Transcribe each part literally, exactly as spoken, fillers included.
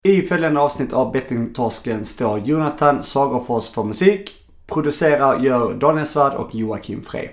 I följande avsnitt av Bettingtorsken står Jonathan Sagerfors för musik. Producerar gör Daniel Svärd och Joakim Frey.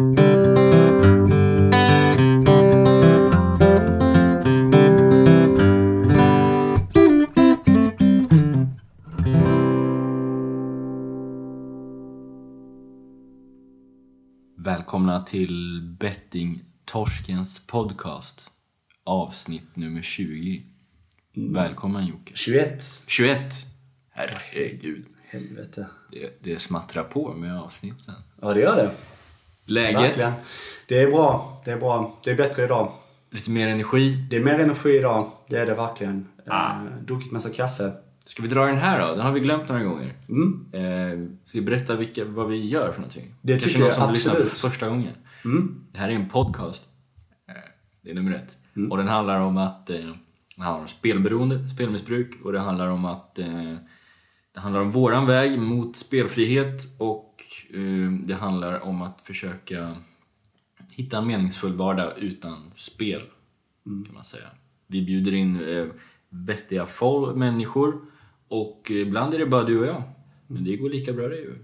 Välkomna till Bettingtorskens podcast. Avsnitt nummer tjugo. Mm. Välkommen Jocke. tjugoett. tjugoett. Herregud. Helvete. Det, det smattrar på med avsnitten. Ja, det gör det. Läget? Verkligen. Det är bra. Det är bra. Det är bättre idag. Lite mer energi. Det är mer energi idag. Det är det verkligen. Ah. Eh, druckit massa kaffe. Ska vi dra den här då? Den har vi glömt några gånger. Mm. Eh, ska vi berätta vilka, vad vi gör för någonting? Det kanske tycker någon jag som absolut. lyssnar för första gången. Mm. Det här är en podcast. Eh, det är nummer ett. Mm. Och den handlar om att... Eh, Det handlar om spelberoende, spelmissbruk, och det handlar om att eh, det handlar om våran väg mot spelfrihet, och eh, det handlar om att försöka hitta en meningsfull vardag utan spel, mm. kan man säga. Vi bjuder in eh, vettiga folk, människor, och ibland är det bara du och jag, men det går lika bra det ju.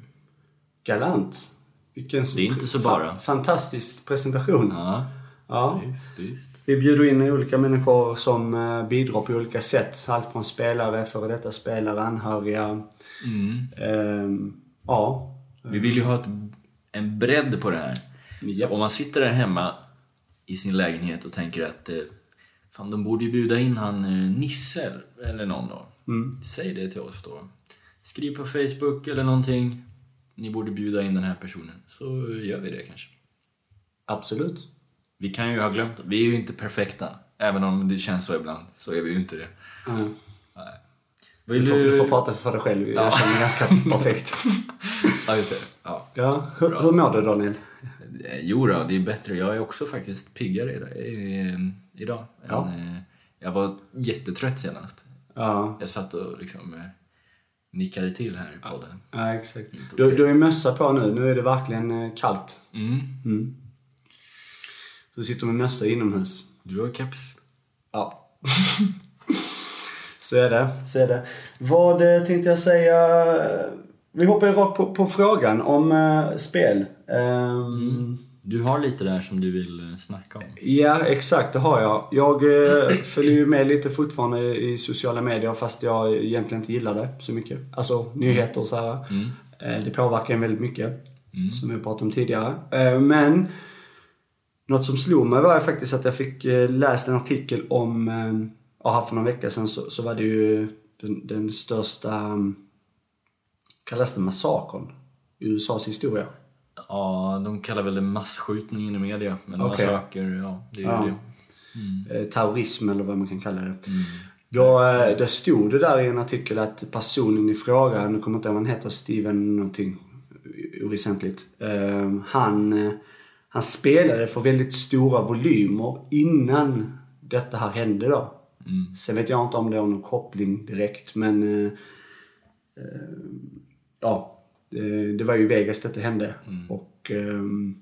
Galant. Vilken det är inte så bara. Fa- fantastisk presentation. Ja, ja. Visst, visst. Vi bjuder in olika människor som bidrar på olika sätt. Allt från spelare, före detta spelare, anhöriga. Mm. Ehm, ja. Vi vill ju ha ett, en bredd på det här. Ja. Så om man sitter där hemma i sin lägenhet och tänker att eh, fan, de borde ju bjuda in han eh, Nisse eller någon då. Mm. Säg det till oss då. Skriv på Facebook eller någonting. Ni borde bjuda in den här personen. Så gör vi det kanske. Absolut. Vi kan ju ha glömt. Vi är ju inte perfekta. Även om det känns så ibland, så är vi ju inte det. Mm. Nej. Vill du, får, du... du får prata för dig själv. Jag ja. känner mig ganska perfekt. Ja, just det. Ja. Ja. Hur, hur mår du, Daniel? Jo då, det är bättre. Jag är också faktiskt piggare idag. Ja. Än, jag var jättetrött senast. Ja. Jag satt och liksom nickade till här i podden. Ja, exakt. Du, du är mössa på nu. Nu är det verkligen kallt. Mm. Mm. Du sitter med mössa inomhus. Du har keps. Ja. Så är det, så är det. Vad tänkte jag säga? Vi hoppar rakt på, på frågan om uh, spel. Um, mm. Du har lite där som du vill uh, snacka om. Ja, exakt, det har jag. Jag uh, följer ju med lite fortfarande i sociala medier, fast jag egentligen inte gillar det så mycket. Alltså nyheter och så här. Mm. Uh, det påverkar en väldigt mycket, mm. som vi pratade om tidigare. Uh, men... Något som slog mig var faktiskt att jag fick läst en artikel om, ja, för några veckor sedan så, så var det ju den, den största, kallas det massakern i U S A:s historia. Ja, de kallar väl det masskjutning i media, men okay. Massaker, ja, det är ja. ju det. Mm. Terrorism eller vad man kan kalla det. Mm. Då, då stod det där i en artikel att personen i fråga, nu kommer inte ihåg vad han heter, Steven någonting oväsentligt, han... Han spelade för väldigt stora volymer innan detta här hände då. Mm. Sen vet jag inte om det har någon koppling direkt. Men eh, ja, det, det var ju i Vegas detta hände. Mm. Och, eh,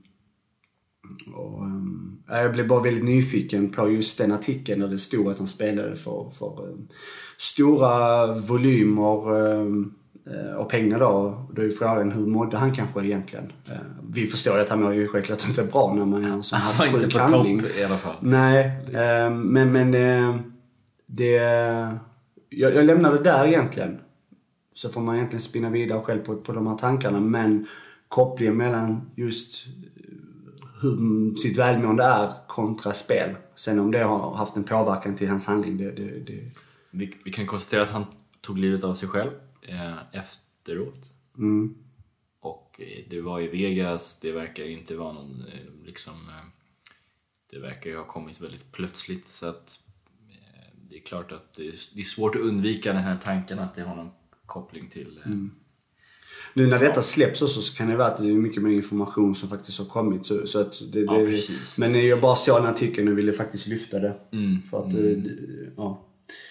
och eh, jag blev bara väldigt nyfiken på just den artikeln där det stod att han spelade för, för eh, stora volymer eh, och pengar då. Då är frågan, hur mådde han kanske egentligen? Vi förstår att han mår ju självklart inte bra när man gör en sån här han inte på handling. Topp i alla fall. Nej, men, men det... Jag, jag lämnar det där egentligen. Så får man egentligen spinna vidare själv på, på de här tankarna. Men kopplingen mellan just hur sitt välmående är kontra spel. Sen om det har haft en påverkan till hans handling, det... det, det... Vi, vi kan konstatera att han tog livet av sig själv efteråt. Mm. Och det var i Vegas. Det verkar ju inte vara någon liksom, det verkar ju ha kommit väldigt plötsligt, så att det är klart att det är svårt att undvika den här tanken att det har någon koppling till mm. Nu när detta släpps också, så kan det vara att det är mycket mer information som faktiskt har kommit, så, så att det, ja, det, men jag bara såg den artikeln och ville faktiskt lyfta det mm. för att mm. ja,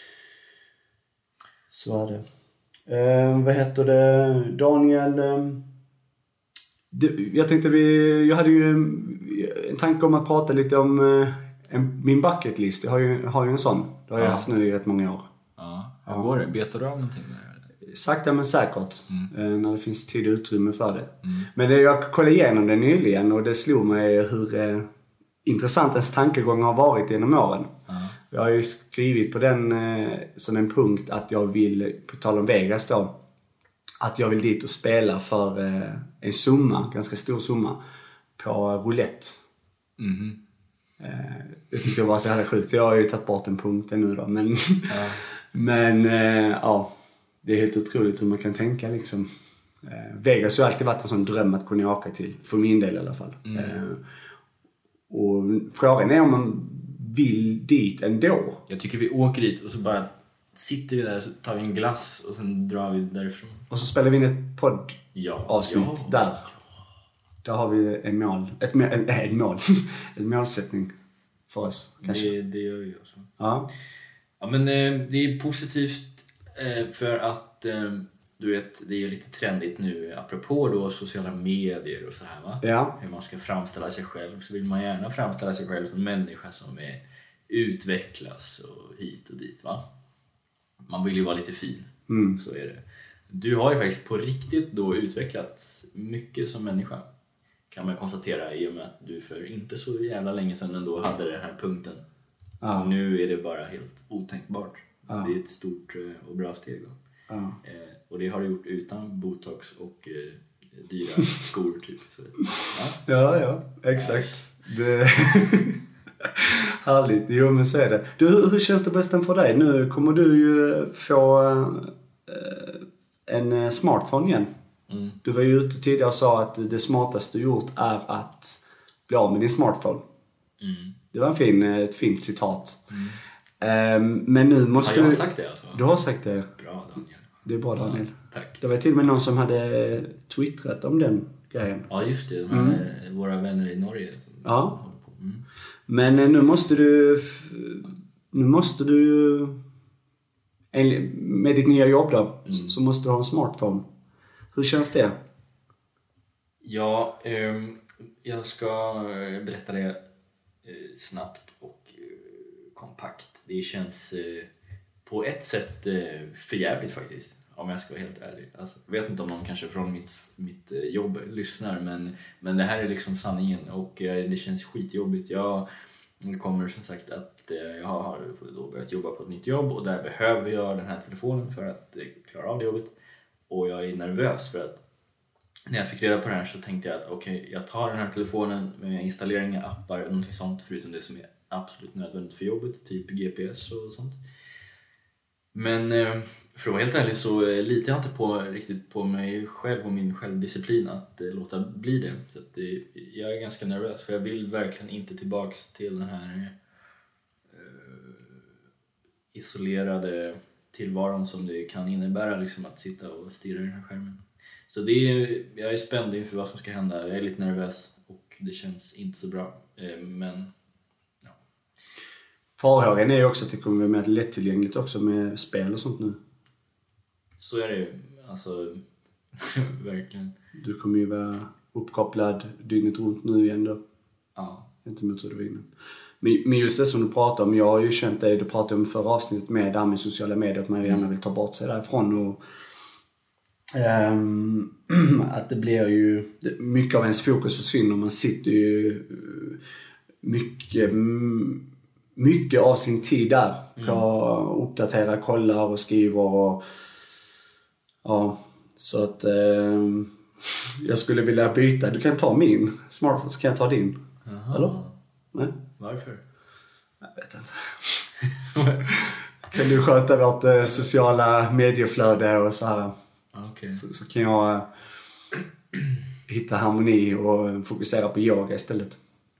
så är det. Eh, vad heter det? Daniel, eh, det, jag tänkte vi, jag hade ju en, en tanke om att prata lite om eh, en, min bucket list. Jag har ju, har ju en sån. Det har jag ja. haft nu i rätt många år. Ja. Hur ja. går det? Betar du av någonting där? Sakta men säkert. Mm. Eh, när det finns tid och utrymme för det. Mm. Men det, jag kollade igenom det nyligen och det slog mig hur eh, intressant ens tankegång har varit genom åren. Mm. Jag har ju skrivit på den eh, som en punkt att jag vill, på tal om Vegas då, att jag vill dit och spela för eh, en summa, ganska stor summa, på roulette. Mm. Eh, det tyckte jag var så jävla sjukt. Jag har ju tagit bort en punkt nu då. Men, ja. men eh, ja, det är helt otroligt hur man kan tänka liksom. Eh, Vegas har alltid varit en sån dröm att kunna åka till. För min del i alla fall. Mm. Eh, och frågan är om man vill dit ändå. Jag tycker vi åker dit och så bara sitter vi där och så tar vi en glass och sen drar vi därifrån. Och så spelar vi in ett poddavsnitt ja. där. Ja. Där har vi en mål. Ett, en, en mål. En målsättning för oss. Kanske. Det, det gör vi också. Ja. Ja, men eh, det är positivt eh, för att eh, du vet, det är lite trendigt nu apropå då sociala medier och så här, va? Ja. Hur man ska framställa sig själv. Så vill man gärna framställa sig själv som en människa som är, utvecklas och hit och dit, va? Man vill ju vara lite fin. Mm. Så är det. Du har ju faktiskt på riktigt då utvecklats mycket som människa. Kan man konstatera i och med att du för inte så jävla länge sedan ändå hade den här punkten. Ja. Och nu är det bara helt otänkbart. Ja. Det är ett stort och bra steg. Ja. Eh, och det har du gjort utan botox och eh, dyra skor typ. Så, ja. ja, ja, exakt. Det... Härligt, jo men så är det. Du, hur, hur känns det bäst för dig? Nu kommer du ju få eh, en smartphone igen. Mm. Du var ju ute tidigare och sa att det smartaste du gjort är att bli av med din smartphone. Mm. Det var en fin, ett fint citat. Mm. Um, men nu måste du... Har jag sagt det alltså? Du har sagt det. Bra Daniel. Det är bra Daniel. Ja, tack. Det var till och med någon som hade twittrat om den grejen. Ja just det, de här, mm. våra vänner i Norge som ja. håller på. Mm. Men nu måste du... Nu måste du... Med ditt nya jobb då, mm. så måste du ha en smartphone. Hur känns det? Ja, eh, jag ska berätta det eh, snabbt och eh, kompakt. Det känns eh, på ett sätt eh, förjävligt faktiskt, om jag ska vara helt ärlig. Alltså, jag vet inte om någon kanske från mitt, mitt eh, jobb lyssnar, men, men det här är liksom sanningen och eh, det känns skitjobbigt. Jag kommer som sagt att eh, jag har då börjat jobba på ett nytt jobb och där behöver jag den här telefonen för att eh, klara av det jobbet. Och jag är nervös för att när jag fick reda på det här så tänkte jag att okej, okay, jag tar den här telefonen med installering av appar, någonting sånt förutom det som är absolut nödvändigt för jobbet, typ G P S och sånt. Men för att vara helt ärlig så litar jag inte på, riktigt på mig själv och min självdisciplin att låta bli det. Så att jag är ganska nervös för jag vill verkligen inte tillbaks till den här uh, isolerade tillvaron som det kan innebära liksom, att sitta och stirra i den här skärmen. Så det är, jag är spänd inför vad som ska hända. Jag är lite nervös och det känns inte så bra. Men ja. Farhågan är ju också att det kommer bli mer lättillgängligt också med spel och sånt nu. Så är det ju. Alltså, verkligen. Du kommer ju vara uppkopplad dygnet runt nu igen då. Ja. Inte mot hur du vinner. Men just det som du pratar om, jag har ju känt dig, du pratade om förra avsnittet med där med sociala medier, att man gärna vill ta bort sig därifrån och um, att det blir ju, mycket av ens fokus försvinner, man sitter ju mycket, mycket av sin tid där på mm. att uppdatera, kolla och skriva och ja, så att um, jag skulle vilja byta, du kan ta min smartphone så kan jag ta din. Aha. Eller? Nej. Varför? Jag vet inte. Kan du sköta vårt eh, sociala medieflöde och så här. Okay. Så, så kan jag eh, hitta harmoni och fokusera på yoga istället.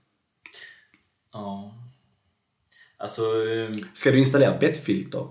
Ja. Alltså... Um... Ska du installera betfilter?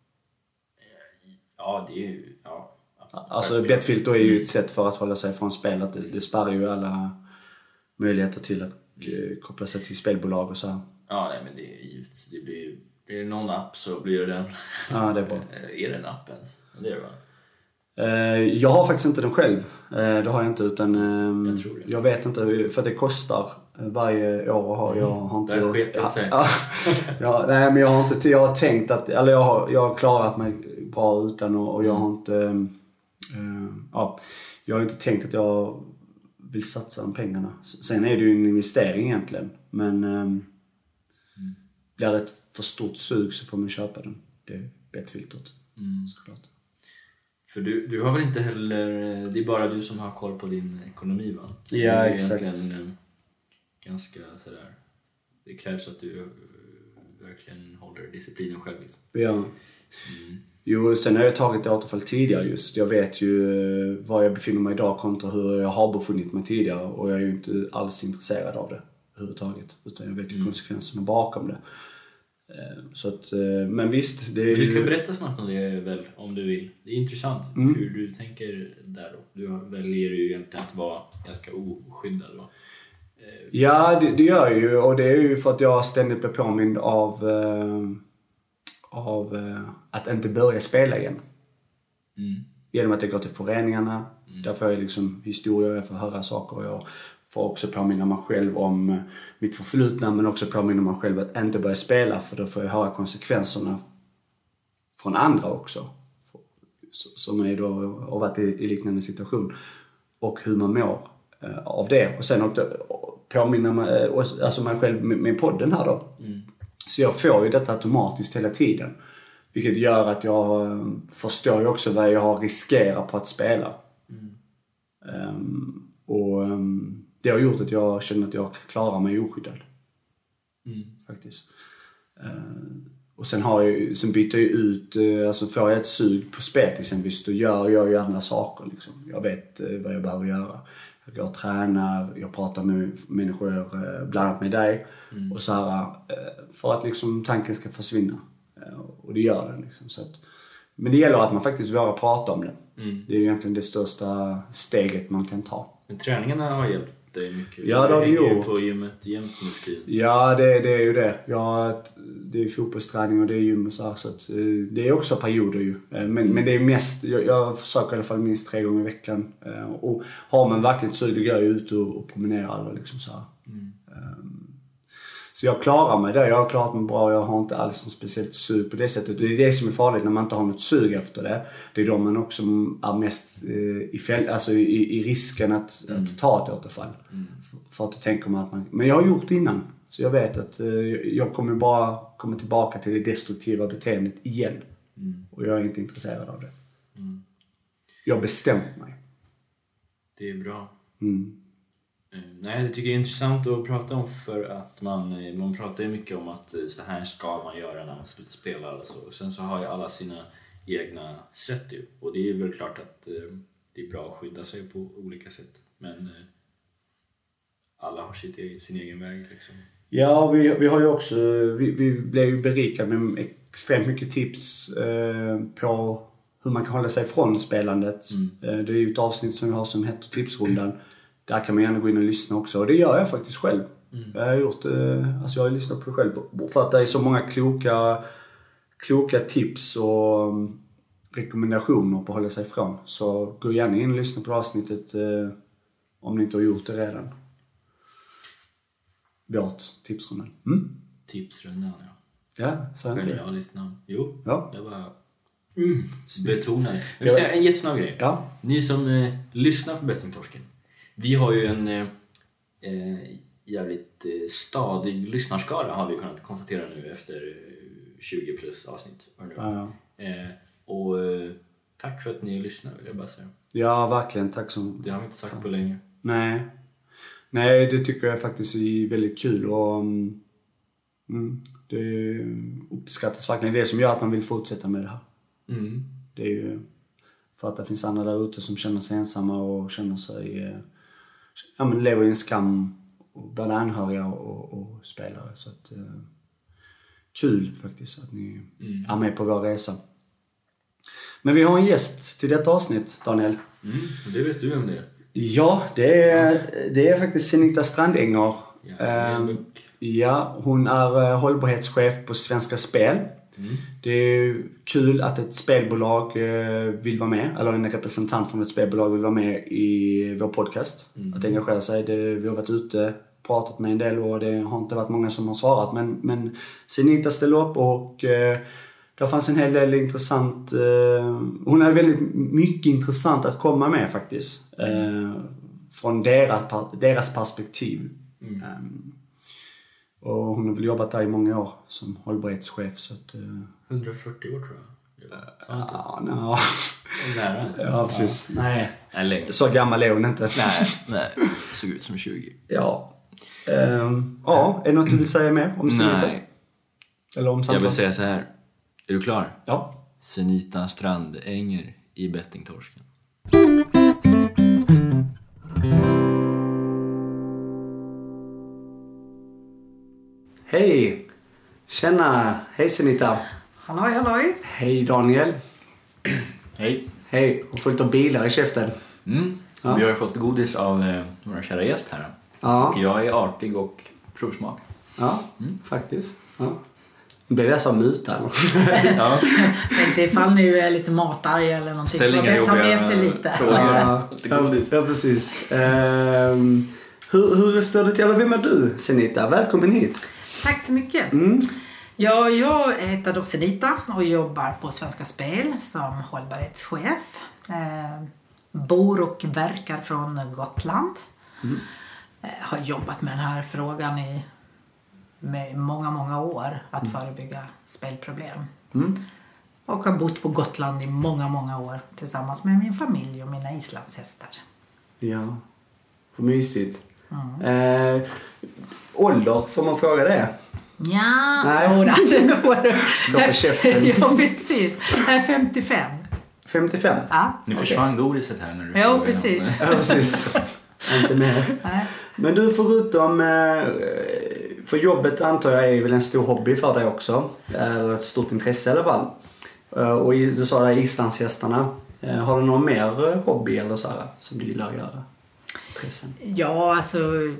Ja, det är ju... Ja. Alltså betfilter är ju ett sätt för att hålla sig från spel. Att det, det sparar ju alla möjligheter till att mm. koppla sig till spelbolag och så här. Ja, nej, men det är givet. Det blir, blir det någon app så blir det den. Ja, det är bra. Är det en app ens? Det är det va? Jag har faktiskt inte den själv. Det har jag inte, utan jag, tror det. Jag vet inte, för det kostar varje år. Har jag har inte. Där sket jag sig. Ja, ja, nej, men jag har inte. Jag har tänkt att, eller jag har, jag har klarat mig bra utan och, och jag har inte uh, ja, jag har inte tänkt att jag vill satsa de pengarna. Sen är det ju en investering egentligen, men um, mm. blir det ett för stort sug så får man köpa den. Det är bettfiltret, mm. såklart. För du, du har väl inte heller, det är bara du som har koll på din ekonomi, va? Ja, det är exakt. Egentligen ganska sådär, det krävs att du verkligen håller disciplinen själv. Liksom. Ja. Mm. Jo, sen har jag tagit återfall tidigare just. Jag vet ju var jag befinner mig idag kontra hur jag har befunnit mig tidigare. Och jag är ju inte alls intresserad av det överhuvudtaget. Utan jag vet ju mm. konsekvenserna bakom det. Så att, men visst, det är men du ju... kan berätta snart om det väl, om du vill. Det är intressant mm. hur du tänker där då. Du väljer ju egentligen att vara ganska oskyddad då. Ja, det, det gör jag ju. Och det är ju för att jag ständigt blir påmind av... Eh, av eh, att inte börja spela igen. Mm. Genom att jag går till föreningarna. Mm. Där får jag liksom historier, jag får höra saker. Och jag får också påminna mig själv om mitt förflutna. Men också påminna mig själv att inte börja spela. För då får jag höra konsekvenserna från andra också. Som är då, har varit i, i liknande situation. Och hur man mår eh, av det. Och sen också påminna mig, alltså mig själv med, med podden här då. Mm. Så jag får ju detta automatiskt hela tiden. Vilket gör att jag förstår ju också vad jag har riskerat på att spela. Mm. Um, och um, det har gjort att jag känner att jag klarar mig oskyddad. Mm. Faktiskt. Uh, och sen, har jag, sen byter jag ut, uh, alltså får jag ett sug på spel till exempel, då gör jag ju andra saker. Liksom. Jag vet uh, vad jag behöver göra. Jag går och tränar, jag pratar med människor, bland annat med dig. Mm. Och så här, för att liksom tanken ska försvinna. Och det gör den liksom. Så att, men det gäller att man faktiskt vågar prata om det. Mm. Det är egentligen det största steget man kan ta. Men träningarna har hjälpt dig mycket. Ja, det har det gjort. På gymmet jämt nu för tiden. Ja, det, det är ju det. Ja, det är fotbollsträning och det är gym och så här. Så att, det är också perioder ju. Men, mm. men det är mest, jag, jag försöker i alla fall minst tre gånger i veckan. Och har man verkligen sug, då går jag ut och, och promenerar och liksom så här. Mm. Så jag klarar mig där, jag har klarat mig bra, jag har inte alls något speciellt sug på det sättet. Det är det som är farligt när man inte har något sug efter det. Det är då man också är mest i, fäll, alltså i, i risken att, mm. att ta ett återfall. Mm. För, för att du tänker man att man... Men jag har gjort det innan, så jag vet att jag kommer bara komma tillbaka till det destruktiva beteendet igen. Mm. Och jag är inte intresserad av det. Mm. Jag har bestämt mig. Det är bra. Mm. Nej, det tycker jag är intressant att prata om, för att man, man pratar ju mycket om att så här ska man göra när man slutar spela. Alltså. Sen så har ju alla sina egna sätt ju. Och det är väl klart att eh, det är bra att skydda sig på olika sätt. Men eh, alla har sitt, sin egen väg liksom. Ja, vi, vi har ju också, vi, vi blev ju berikade med extremt mycket tips eh, på hur man kan hålla sig från spelandet. Mm. Eh, det är ju ett avsnitt som vi har som heter Tipsrundan. Där kan man gärna gå in och lyssna också. Och det gör jag faktiskt själv. Mm. Jag har gjort, alltså jag har lyssnat på det själv. För att det är så många kloka, kloka tips och rekommendationer på att hålla sig ifrån. Så gå gärna in och lyssna på avsnittet om ni inte har gjort det redan. Vårt tipsrundan. Mm? Tipsrundan, ja. Ja, så är det inte. Jag lyssnar. Jo, ja. Jag bara mm. betonar. Jag vill säga en jättesnabb grej. Ja. Ni som eh, lyssnar på Bettingtorsken. Vi har ju en eh, jävligt eh, stadig lyssnarskara, har vi kunnat konstatera nu efter tjugo plus avsnitt. Ja. Eh, och eh, tack för att ni lyssnar, vill jag bara säga. Ja, verkligen. Tack som... Det har vi inte sagt på länge. Nej. Nej, det tycker jag faktiskt är väldigt kul. Och, mm, det uppskattas verkligen. Det är som gör att man vill fortsätta med det här. Mm. Det är ju för att det finns andra där ute som känner sig ensamma och känner sig... Ja, men lever i en skam, både anhöriga och, och spelare. Så att, eh, kul faktiskt att ni mm. är med på vår resa. Men vi har en gäst till detta avsnitt, Daniel. Mm, det vet du vem det är. Ja, det är, det är faktiskt Zenita Strandänger. Ja, eh, ja, hon är eh, hållbarhetschef på Svenska Spel. Mm. Det är kul att ett spelbolag vill vara med, eller en representant från ett spelbolag vill vara med i vår podcast. Mm. Att engagera sig. Det, vi har varit ute, pratat med en del och det har inte varit många som har svarat. Men, men Zenita ställer upp och det fanns en hel del intressant... Eh, hon hade väldigt mycket intressant att komma med faktiskt. Eh, från deras, deras perspektiv. Mm. Um, och hon har väl jobbat där i många år som hållbarhetschef. Så att, uh, hundrafyrtio år tror jag. Ja, ja, no. Nära. Ja, precis. Ja. Nej. Eller, så gammal är hon inte. Nej, nej. Såg ut som tjugo. Ja. Um, ja, är det något du vill säga mer om Senita? Nej. Eller om samtal? Jag vill säga så här. Är du klar? Ja. Senita Strandänger i Bettingtorsken. Hej! Tjena! Hej Senita! Halloj, halloj! Hej Daniel! Hej! Hej! Och fullt av bilar i käften. Mm. Ja. Vi har ju fått godis av eh, våra kära gäst här. Ja. Och jag är artig och provsmak. Ja, mm. faktiskt. Ja. Blir det som muta eller? Ja. Tänkte ifall ni är lite matarga eller någonting så var bäst att ha med sig lite. Ja, ja, ja precis. Um, hur, hur står det till? Eller vem är du, Senita? Välkommen hit. Tack så mycket. Mm. Ja, jag heter då Senita och jobbar på Svenska Spel som hållbarhetschef. Eh, bor och verkar från Gotland. Mm. Eh, har jobbat med den här frågan i med många, många år att mm. förebygga spelproblem. Mm. Och har bott på Gotland i många, många år tillsammans med min familj och mina islandshästar. Ja, vad mysigt. Mm. Eh, ålder, får man fråga det? Ja, nej. Oh, det får du. Fråga käften. Ja, precis. Jag är femtiofem. femtiofem? Ja. Nu försvann godiset här när du ja, precis. Ja, precis. Inte mer. Nej. Men du, förutom för jobbet antar jag är väl en stor hobby för dig också. Eller ett stort intresse i alla fall. Och du sa där islandshästarna. Har du någon mer hobby eller så här som du gillar att göra? Intressen? Ja, alltså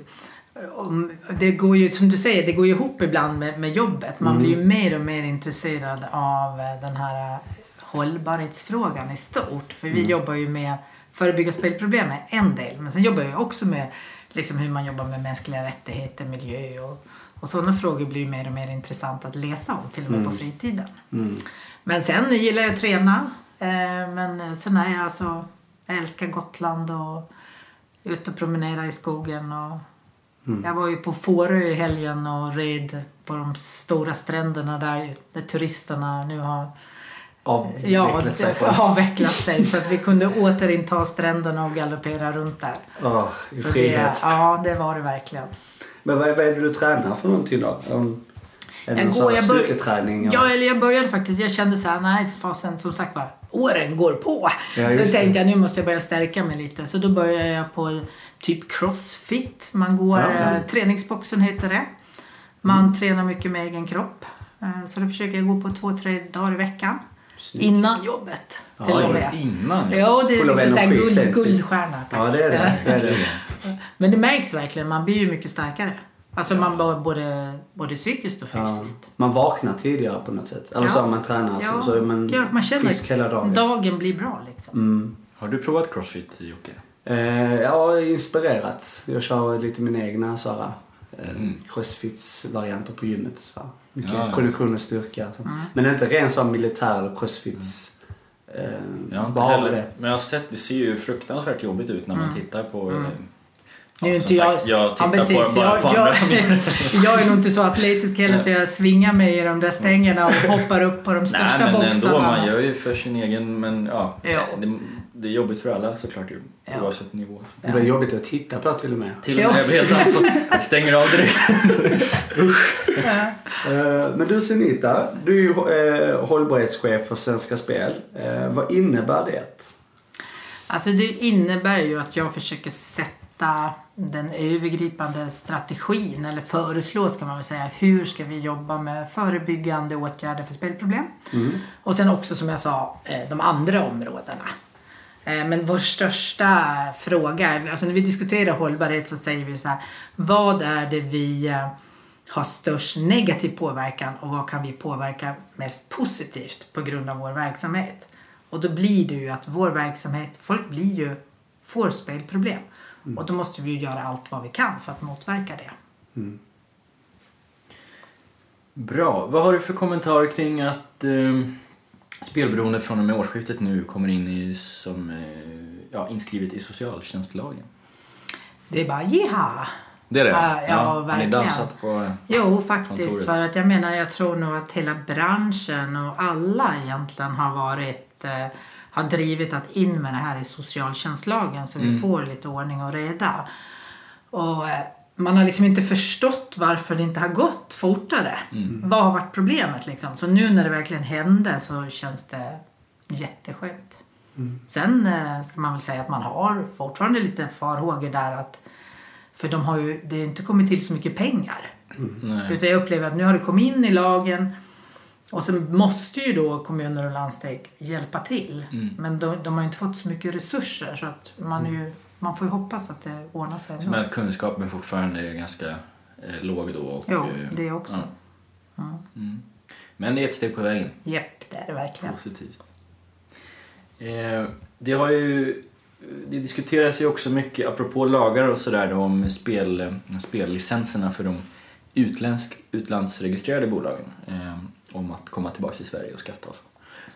det går ju, som du säger, det går ju ihop ibland med, med jobbet. Man mm. blir ju mer och mer intresserad av den här hållbarhetsfrågan i stort. För vi mm. jobbar ju med förebygga spelproblem är en del. Men sen jobbar vi också med liksom hur man jobbar med mänskliga rättigheter, miljö och, och sådana frågor blir ju mer och mer intressant att läsa om till och med mm. på fritiden. Mm. Men sen gillar jag att träna. Eh, men sen är jag alltså, jag älskar Gotland och ut och promenera i skogen. Och mm. Jag var ju på Fårö i helgen och red på de stora stränderna där, där turisterna nu har avvecklat ja, sig från. avvecklat sig så att vi kunde återinta stränderna och galoppera runt där. Oh, i så frihet. Det, ja, det var det verkligen. Men vad är, vad är det du tränar för någonting då? Är det jag någon går, jag styrketräning? Ja, eller jag började faktiskt. Jag kände så här, nej för fasen, som sagt bara, åren går på. Ja, så tänkte det. jag, nu måste jag börja stärka mig lite. Så då började jag på typ crossfit. Man går, ja, ja. träningsboxen heter det. Man mm. tränar mycket med egen kropp. Så då försöker jag gå på två, tre dagar i veckan. Snyggt. Innan jobbet till ja, och med. Innan? Ja, det är liksom så här guld, guldstjärna. Tack. Ja, det är det. det, är det. Men det märks verkligen, man blir ju mycket starkare. Alltså ja. man bara både, både psykiskt och fysiskt. Ja. Man vaknar tidigare på något sätt. Eller ja. så man tränar ja. så, så är man, ja, man känner frisk hela dagen. Dagen blir bra liksom. Mm. Har du provat crossfit, Jocke? Eh, ja, inspirerat. Jag kör lite min egna så här, mm. crossfits-varianter på gymmet. Så här. Mycket ja, ja. kondition och styrka. Så. Mm. Men inte ren så militär eller crossfits. Mm. Eh, jag har inte heller det. Men jag har sett, det ser ju fruktansvärt jobbigt ut när man mm. tittar på... Mm. Ja, nu som jag, sagt, jag tittar ja, precis, på, bara jag, på jag, andra som gör jag är nog inte så atletisk heller så jag svingar mig i de där stängerna och hoppar upp på de största Nej, men boxarna. Ändå, man gör ju för sin egen, men ja, ja. Det, det är jobbigt för alla såklart ju, ja. oavsett nivå. Det blir jobbigt att titta på till och med. Till och med, jag blir helt anfall. Jag stänger av direkt. ja. uh, men du Senita, du är ju uh, hållbarhetschef för Svenska Spel. Uh, vad innebär det? Alltså det innebär ju att jag försöker sätta den övergripande strategin, eller föreslå ska man väl säga, hur ska vi jobba med förebyggande åtgärder för spelproblem. Mm. Och sen också som jag sa, de andra områdena. Men vår största fråga, alltså när vi diskuterar hållbarhet så säger vi så här, vad är det vi har störst negativ påverkan och vad kan vi påverka mest positivt på grund av vår verksamhet? Och då blir det ju att vår verksamhet, folk blir ju, får spelproblem. Mm. Och då måste vi ju göra allt vad vi kan för att motverka det. Mm. Bra. Vad har du för kommentarer kring att eh, spelberoende från och med årsskiftet nu kommer in i, som eh, ja, inskrivet i socialtjänstlagen? Det är bara jiha. Det är det? Ja, ja, verkligen. Har ni dansat på Jo, faktiskt. kontoret? För att jag menar, jag tror nog att hela branschen och alla egentligen har varit eh, har drivit att in med det här i socialtjänstlagen så vi mm. får lite ordning och reda. Och eh, man har liksom inte förstått varför det inte har gått fortare. Mm. Vad har varit problemet liksom? Så nu när det verkligen hände så känns det jätteskönt. Mm. Sen eh, ska man väl säga att man har fortfarande lite farhågor där att för de har ju, det har inte kommit till så mycket pengar. Mm. Utan jag upplever att nu har det kommit in i lagen och så måste ju då kommuner och landsting hjälpa till. Mm. Men de, de har inte fått så mycket resurser så att man, är ju, man får ju hoppas att det ordnar sig. Men att kunskapen fortfarande är ganska eh, låg då. Och, jo, det också. Ja. Mm. Mm. Men det är ett steg på vägen. Japp, det är det verkligen. Positivt. Eh, det har ju Det diskuteras ju också mycket, apropå lagar och sådär, om spel, spellicenserna för de utländsk, utlandsregistrerade bolagen. Eh, om att komma tillbaka till Sverige och skatta och så.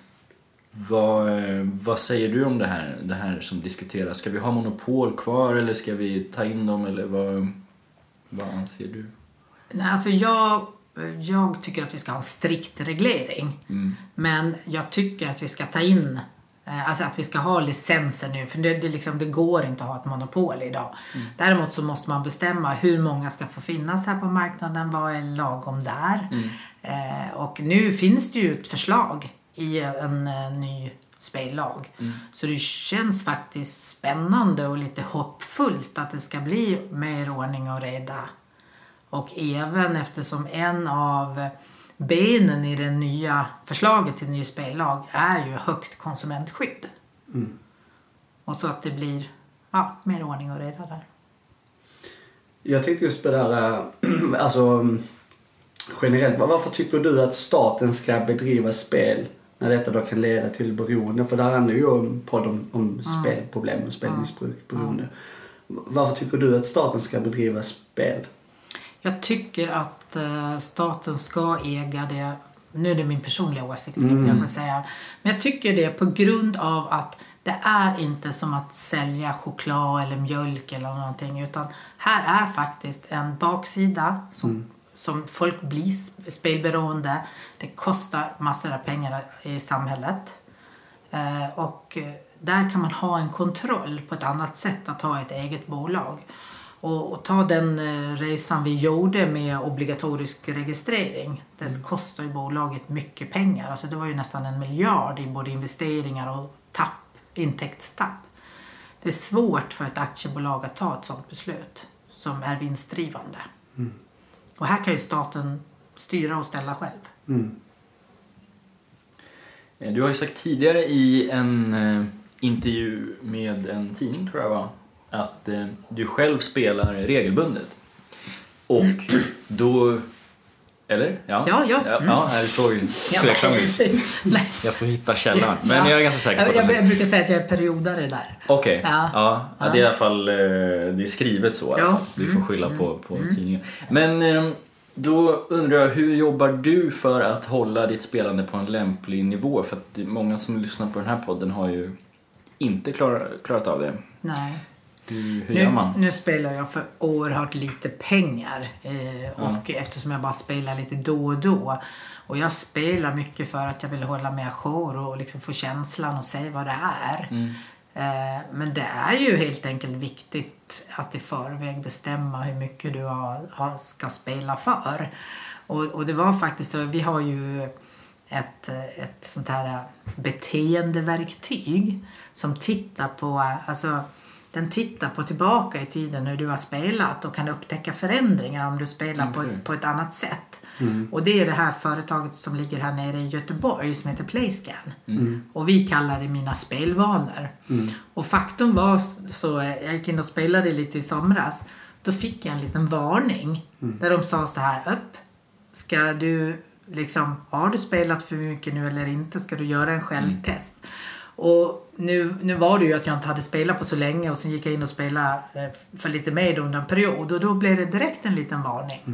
Vad, vad säger du om det här, det här som diskuteras? Ska vi ha monopol kvar eller ska vi ta in dem? Eller vad, vad anser du? Nej, alltså jag, jag tycker att vi ska ha en strikt reglering. Mm. Men jag tycker att vi ska ta in... Alltså att vi ska ha licenser nu. För det, det, liksom, det går inte att ha ett monopol idag. Mm. Däremot så måste man bestämma hur många ska få finnas här på marknaden. Vad är lagom där? Mm. Eh, och nu finns det ju ett förslag i en, en ny spellag. Mm. Så det känns faktiskt spännande och lite hoppfullt att det ska bli mer ordning och reda. Och även eftersom en av... benen i det nya förslaget till ny spellag är ju högt konsumentskydd. Mm. Och så att det blir ja, mer ordning och reda där. Jag tänkte just på det här, alltså generellt, varför tycker du att staten ska bedriva spel när detta då kan leda till beroende? För det här handlar ju om podd om, om mm. spelproblem och spelmissbruk, beroende. Mm. Varför tycker du att staten ska bedriva spel? Jag tycker att uh, staten ska äga det. Nu är det min personliga åsikt ska mm. jag säga. Men jag tycker det på grund av att det är inte som att sälja choklad eller mjölk eller någonting. Utan här är faktiskt en baksida som, mm. som folk blir spelberoende. Det kostar massor av pengar i samhället. Uh, och där kan man ha en kontroll på ett annat sätt att ha ett eget bolag. Och, och ta den eh, resan vi gjorde med obligatorisk registrering. Det mm. kostar ju bolaget mycket pengar. Alltså det var ju nästan en miljard i både investeringar och tapp, intäktstapp. Det är svårt för ett aktiebolag att ta ett sådant beslut som är vinstdrivande. Mm. Och här kan ju staten styra och ställa själv. Mm. Du har ju sagt tidigare i en eh, intervju med en tidning tror jag var. Att eh, du själv spelar regelbundet. Och då... Eller? Ja, ja. Ja, ja, ja här såg ju tveksam ut. Jag får hitta källan. Men ja. Jag är ganska säker på jag, att jag brukar säga att jag är periodare där. Okej. Okay. Ja. Ja, ja. Det är i alla fall det är skrivet så. Ja. Vi får skylla mm. på, på mm. tidningen. Men eh, då undrar jag, hur jobbar du för att hålla ditt spelande på en lämplig nivå? För att många som lyssnar på den här podden har ju inte klar, klarat av det. Nej. Hur, hur gör man? Nu, nu spelar jag för oerhört lite pengar eh, och mm. eftersom jag bara spelar lite då och då och jag spelar mycket för att jag vill hålla mig ajour och liksom få känslan och säga vad det är. Mm. Eh, men det är ju helt enkelt viktigt att i förväg bestämma hur mycket du har, har, ska spela för. Och, och det var faktiskt, vi har ju ett, ett sånt här beteendeverktyg som tittar på, alltså den tittar på tillbaka i tiden hur du har spelat och kan upptäcka förändringar om du spelar okay. på, på ett annat sätt. Mm. Och det är det här företaget som ligger här nere i Göteborg som heter Playscan. Mm. Och vi kallar det mina spelvanor. Mm. Och faktum var så, jag gick in och spelade lite i somras. Då fick jag en liten varning mm. där de sa så här, upp, ska du liksom, har du spelat för mycket nu eller inte? Ska du göra en självtest? Mm. Och nu, nu var det ju att jag inte hade spelat på så länge och sen gick jag in och spelade för lite mer under en period och då blev det direkt en liten varning. Mm.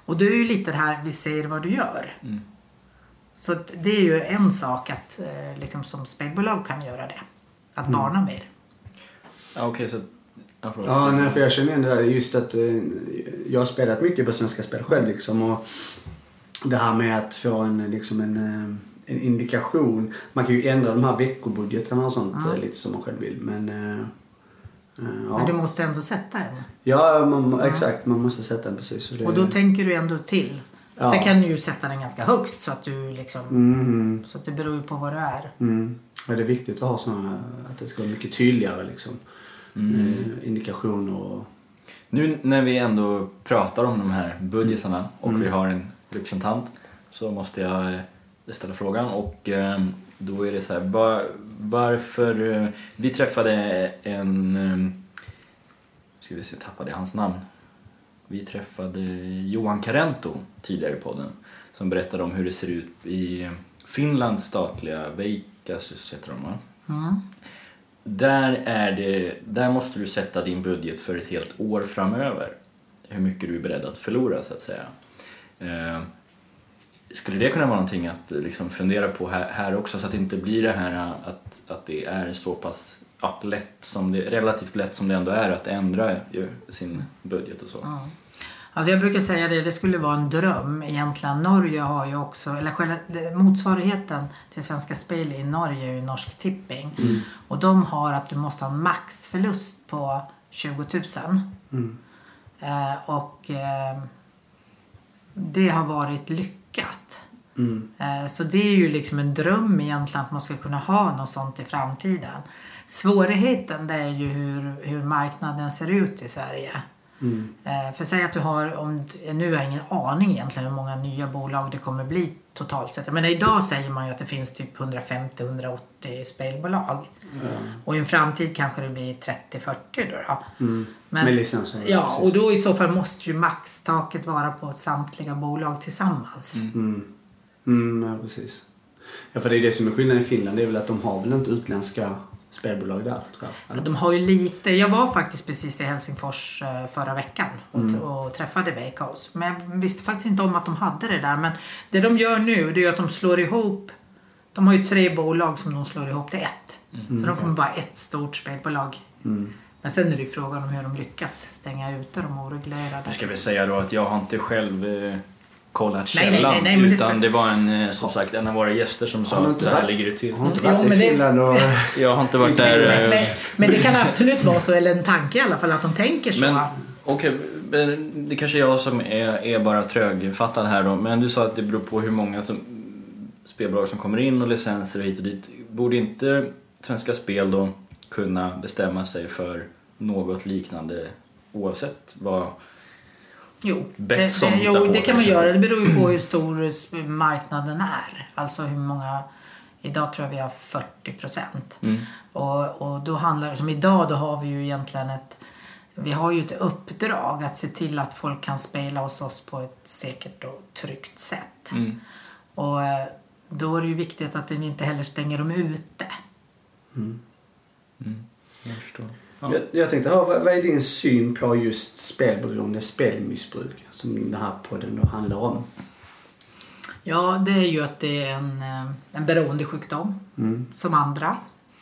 Och det är ju lite det här, vi ser vad du gör. Mm. Så det är ju en sak att eh, liksom som spelbolag kan göra det. Att Mm. varna mer. Ja, okej, så... Ja, förlåt. Ja, nej, för jag känner igen det där. Just att eh, jag har spelat mycket på Svenska Spel själv liksom. Och det här med att få en, liksom en, eh, en indikation. Man kan ju ändra de här veckobudgeterna och sånt Ja. eh, lite som man själv vill. Men, eh, eh, ja. Men du måste ändå sätta en. Ja, man, exakt. Man måste sätta den precis. Så det, Och då tänker du ändå till. Ja. Sen kan du ju sätta den ganska högt så att du liksom... Mm, Så att det beror ju på vad du är. mm. Ja, det är viktigt att ha såna, att det ska vara mycket tydligare liksom. Mm. Eh, indikationer och... Nu när vi ändå pratar om de här budgetarna och Mm. vi har en representant så måste jag eh, ställa frågan och eh, då är det så här, var, varför eh, vi träffade en eh, ska vi se, tappade jag hans namn. Vi träffade Johan Carento tidigare i podden som berättade om hur det ser ut i Finlands statliga Veikkaus heter de, va? Mm. Där, är det, där måste du sätta din budget för ett helt år framöver. Hur mycket du är beredd att förlora så att säga. Eh, skulle det kunna vara någonting att liksom fundera på här, här också så att det inte blir det här att, att det är så pass ja, lätt som det, relativt lätt som det ändå är att ändra ju, sin budget och så. Mm. Alltså jag brukar säga det, det skulle vara en dröm egentligen. Norge har ju också, eller själva motsvarigheten till Svenska Spel i Norge är ju Norsk Tipping. Mm. Och de har att du måste ha en maxförlust på tjugo tusen. Mm. Eh, och eh, det har varit lyckat. Mm. Eh, så det är ju liksom en dröm egentligen att man ska kunna ha något sånt i framtiden. Svårigheten det är ju hur, hur marknaden ser ut i Sverige. Mm. Eh, för säg att du har, om, nu har jag ingen aning egentligen hur många nya bolag det kommer bli totalt sett. Men idag säger man ju att det finns typ hundrafemtio till hundraåttio spelbolag. Mm. Och i en framtid kanske det blir trettio till fyrtio då. då. Mm. Men, Med licenser. ja, precis. och då i så fall måste ju maxtaket vara på samtliga bolag tillsammans. Mm. Mm. Mm, ja, precis. Ja, för det är det som är skillnaden i Finland. Det är väl att de har väl inte utländska spelbolag där, tror jag. Ja, de har ju lite, jag var faktiskt precis i Helsingfors eh, förra veckan och, Mm. och träffade Veikkaus. Men jag visste faktiskt inte om att de hade det där. Men det de gör nu, det är ju att de slår ihop, de har ju tre bolag som de slår ihop till ett. Mm. Så de kommer bara ett stort spelbolag. Mm. Men sen är det ju frågan om hur de lyckas stänga ute de oreglerade. Jag ska väl säga då att jag har inte själv eh, kollat Nej, nej, källan nej, nej, men det utan ska- det var en, eh, som sagt en av våra gäster som Har sa du att inte så här varit- ligger det till. Har inte Jo, varit men i det- Finland och... Jag har inte varit där. Men, eh, men, men det kan absolut vara så, eller en tanke i alla fall, att de tänker så. Men okej, men det kanske är jag som är, är bara trögfattad här då. Men du sa att det beror på hur många som, spelbolag som kommer in och licenser och hit och dit. Borde inte Svenska Spel då kunna bestämma sig för något liknande oavsett vad... Jo, det, Betsson det, hittar jo, på, det kan man kanske. göra. Det beror ju på hur stor sp- marknaden är. Alltså hur många... Idag tror jag vi har fyrtio procent. Mm. Och, och då handlar det... Som idag då har vi ju egentligen ett... Vi har ju ett uppdrag att se till att folk kan spela hos oss på ett säkert och tryggt sätt. Mm. Och eh, då är det ju viktigt att vi inte heller stänger dem ute. Mm. Mm. Jag förstår. Ja. Jag, jag tänkte höra, vad, vad är din syn på just spelberoende, spelmissbruk som den här podden då handlar om? Ja, det är ju att det är en, eh, en beroendesjukdom Mm. som andra.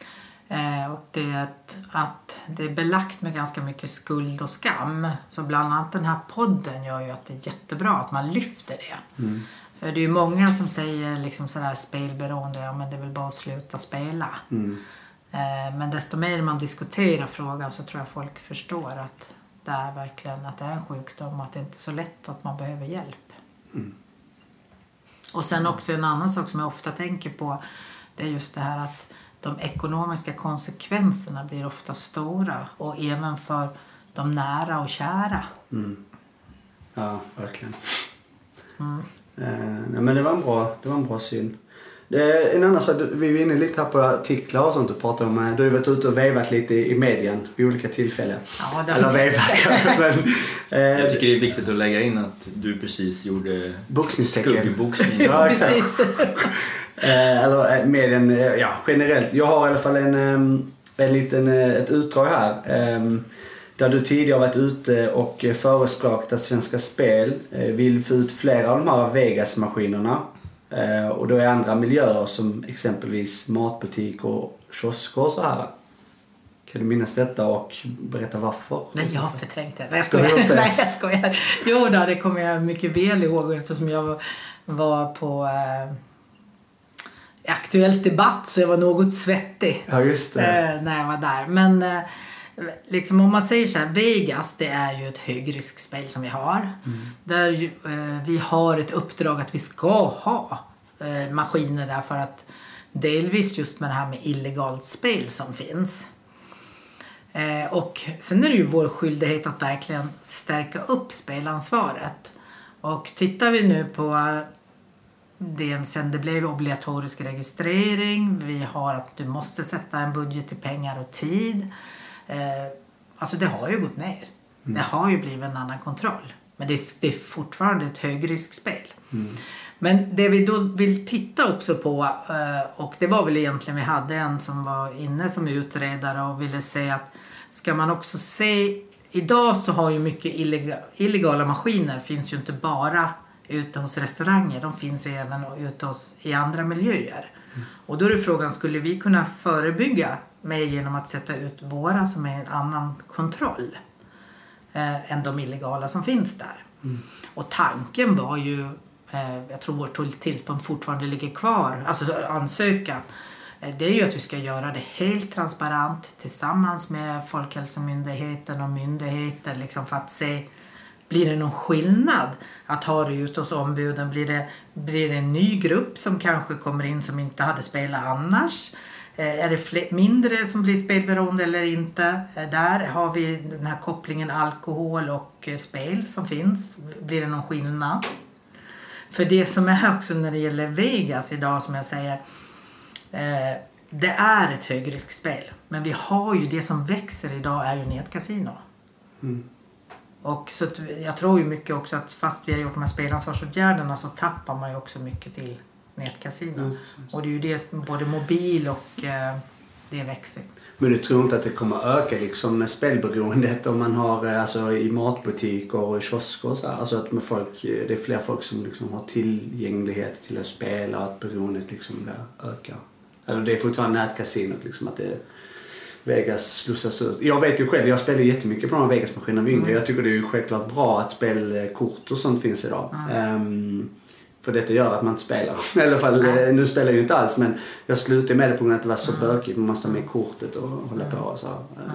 Eh, och det är att, att det är belagt med ganska mycket skuld och skam. Så bland annat den här podden gör ju att det är jättebra att man lyfter det. Mm. För det är ju många som säger liksom sådär spelberoende, ja men det är väl bara att sluta spela. Mm. Eh, men desto mer man diskuterar frågan så tror jag folk förstår att det är verkligen att det är en sjukdom och att det inte är så lätt att man behöver hjälp. Mm. Och sen också en annan sak som jag ofta tänker på, det är just det här att de ekonomiska konsekvenserna blir ofta stora och även för de nära och kära. Mm. Ja, verkligen. Mm. Eh, nej, men det var en bra, det var en bra syn. Det är en annan sak, vi var inne lite här på artiklar och sånt och pratade om, eh, du har ju varit ute och vevat lite i, i medien vid olika tillfällen. Ja, det- Eller vevat kanske, men... Eh, Jag tycker det är viktigt att lägga in att du precis gjorde boxningstecken. skuggboxning. Ja, exakt. Precis. Eh, eller eh, medien, eh, ja generellt. Jag har i alla fall en, eh, en liten, eh, ett utdrag här. Eh, Där du tidigare varit ute och förespråkat att Svenska Spel vill få ut flera av de här Vegas-maskinerna. Och då är andra miljöer som exempelvis matbutik och kiosker och så här. Kan du minnas detta och berätta varför? Nej, jag har förträngt det. Nej, jag skojar. Nej, jag skojar. Jo, då, det kommer jag mycket väl ihåg eftersom jag var på eh, Aktuellt Debatt så jag var något svettig. Ja, just det. Eh, när jag var där. Men eh, liksom om man säger så här, Vegas det är ju ett högriskspel som vi har. Mm. Där eh, vi har ett uppdrag att vi ska ha eh, maskiner där för att delvis just med det här med illegalt spel som finns. Eh, och sen är det ju vår skyldighet att verkligen stärka upp spelansvaret. Och tittar vi nu på det sen det blev obligatorisk registrering. Vi har att du måste sätta en budget i pengar och tid. Eh, alltså det har ju gått ner. Mm. Det har ju blivit en annan kontroll. Men det är, det är fortfarande ett högriskspel. Mm. Men det vi då vill titta också på, och det var väl egentligen vi hade en som var inne som utredare och ville se att ska man också se, idag så har ju mycket illegala, illegala maskiner finns ju inte bara ute hos restauranger, de finns ju även ute hos, i andra miljöer. Mm. Och då är det frågan, skulle vi kunna förebygga mer genom att sätta ut våra som är en annan kontroll eh, än de illegala som finns där. Mm. Och tanken var ju, jag tror vårt tillstånd fortfarande ligger kvar, alltså ansökan, det är ju att vi ska göra det helt transparent tillsammans med Folkhälsomyndigheten och myndigheter liksom för att se, blir det någon skillnad att ha det ute hos ombuden, blir det, blir det en ny grupp som kanske kommer in som inte hade spelat annars, är det fler, mindre som blir spelberoende eller inte, där har vi den här kopplingen alkohol och spel som finns, blir det någon skillnad? För det som är också när det gäller Vegas idag som jag säger, eh, det är ett högriskspel. Men vi har ju det som växer idag är ju nätkasino. Mm. Och så att, jag tror ju mycket också att fast vi har gjort de här spelansvarsåtgärderna så tappar man ju också mycket till nätkasino. Mm, och det är ju det både mobil och eh, det växer. Men du tror inte att det kommer öka liksom med spelberoendet om man har alltså i matbutiker och kiosker och så här? Alltså att med folk, det är fler folk som liksom har tillgänglighet till att spela och att beroendet liksom där ökar. Eller det är fortfarande nätkasinot liksom att det Vegas slussas ut. Jag vet ju själv, jag spelar jättemycket på de här Vegas-maskinerna vid yngre. Jag tycker det är ju självklart bra att spelkort och sånt finns idag. Mm. Um, För detta gör att man inte spelar. I alla fall, Nej. nu spelar jag ju inte alls. Men jag slutade med det på grund av att det var så mm. bökigt. Man måste ha med kortet och hålla på och så. Mm.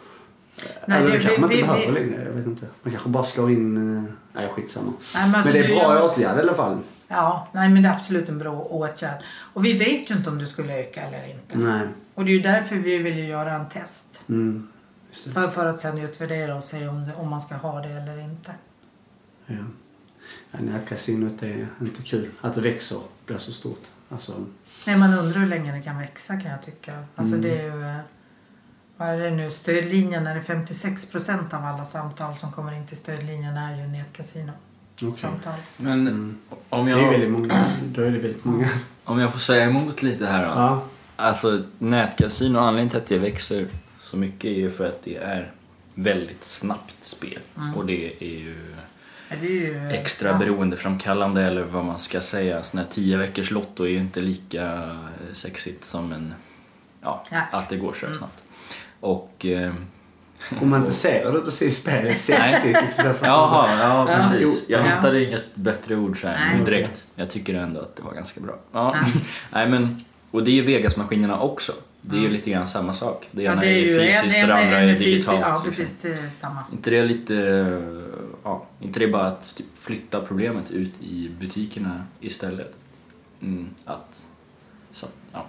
Nej, Eller det, det kanske man inte vi, behöver vi... längre. Jag vet inte. Man kanske bara slår in... Nej, skitsamma. Nej, men, alltså, men det är bra jag... åtgärd i alla fall. Ja, nej, men det är absolut en bra åtgärd. Och vi vet ju inte om det skulle öka eller inte. Nej. Och det är ju därför vi vill göra en test. Mm. Just det. För, för att sedan utvärdera och se om, det, om man ska ha det eller inte. Ja. Ja, nätkasinot är inte kul. Att det växer blir så stort. Alltså... Nej, man undrar hur länge det kan växa kan jag tycka. Alltså mm. det är ju... Vad är det nu? Stödlinjen är det femtiosex procent av alla samtal som kommer in till stödlinjen är ju nätkasino. Okay. Samtal. Men mm. om jag... Det är väldigt många. Då är det väldigt många. Om jag får säga emot lite här då. Ja. Alltså nätkasino, anledningen till att det växer så mycket är ju för att det är väldigt snabbt spel. Mm. Och det är ju... Det är ju, extra ja. beroendeframkallande eller vad man ska säga. Sån här tio veckors lotto är ju inte lika sexigt som en, ja, ja. att det går så mm. snabbt. Och... Eh, romantiserar du precis spelet sexigt? Jaha, ja precis. Jag hittade ja. inget bättre ord så här nu direkt. Jag tycker ändå att det var ganska bra. Ja. Ja. Nej, men, och det är ju Vegas-maskinerna också. Det är ju lite grann samma sak. Det ena ja, det är, är ju fysiskt, det andra är digitalt. Ja, precis, det är samma. Inte det är lite... Ja, inte det bara att typ flytta problemet ut i butikerna istället. Mm, att... Så, ja.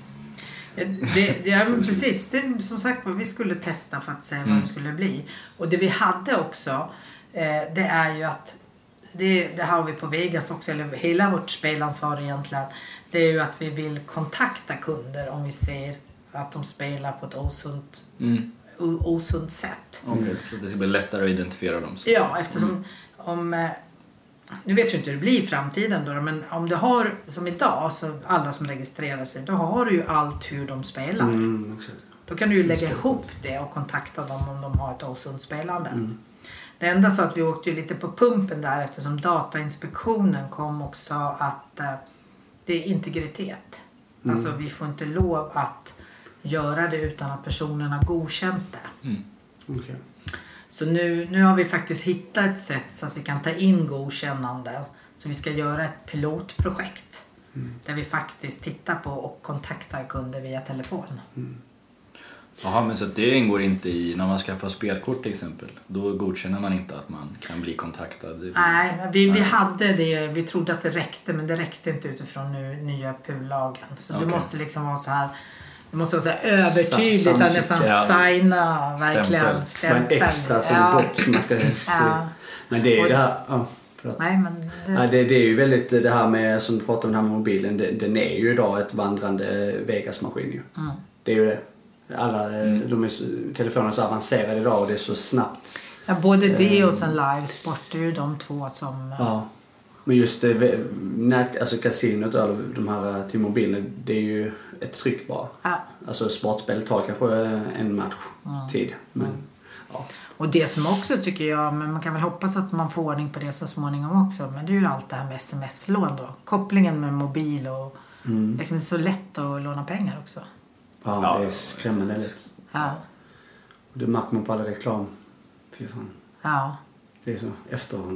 Ja, det, det är precis. Det, som sagt, vi skulle testa för att se vad mm. det skulle bli. Och det vi hade också, eh, det är ju att... Det, det har vi på Vegas också, eller hela vårt spelansvar egentligen. Det är ju att vi vill kontakta kunder om vi ser att de spelar på ett osunt, mm. osunt sätt. Okej, okay, så det ska bli lättare att identifiera dem. Så. Ja, eftersom mm. om... Nu vet jag inte hur det blir i framtiden då, men om du har, som idag, så alla som registrerar sig, då har du ju allt hur de spelar. Mm, Då kan du ju lägga ihop det och kontakta dem om de har ett osunt spelande. Mm. Det enda så att vi åkte ju lite på pumpen där eftersom Datainspektionen kom också att eh, det är integritet. Mm. Alltså vi får inte lov att göra det utan att personen har godkänt det. Mm. Okay. Så nu, nu har vi faktiskt hittat ett sätt så att vi kan ta in godkännande. Så vi ska göra ett pilotprojekt. Mm. Där vi faktiskt tittar på och kontaktar kunder via telefon. Mm. Jaha, men så att det ingår inte i när man skaffar spelkort till exempel. Då godkänner man inte att man kan bli kontaktad. Nej, vi, vi hade det. Vi trodde att det räckte, men det räckte inte utifrån nu, nya P U L-lagen. Så okay. Det måste liksom vara så här. Det måste vara så här övertydligt att nästan signa verkligen stämpel. En extra som ja. Dock man ska se. Ja. Men det är ju det här. Ja. Nej, men det... Ja, det, det är ju väldigt det här med som du pratar om den här med mobilen. Det, den är ju idag ett vandrande Vegas-maskin ju. Mm. Det är ju det. Alla mm. de är, telefonerna är så avancerade idag och det är så snabbt. Ja, både det och sen livesport är ju de två som... Ja. Men just det, nät, alltså kasinot och de här till mobilen, det är ju ett tryck bara. Ja. Alltså sportspel tar kanske en match mm. tid. Men, mm. ja. Och det som också tycker jag, men man kan väl hoppas att man får ordning på det så småningom också. Men det är ju allt det här med sms-lån då. Kopplingen med mobil och mm. liksom det är så lätt att låna pengar också. Ja, ja. Det är skrämmande lätt. Ja. Och det märker man på alla reklam. Fy fan. Ja. Det är så efterhand.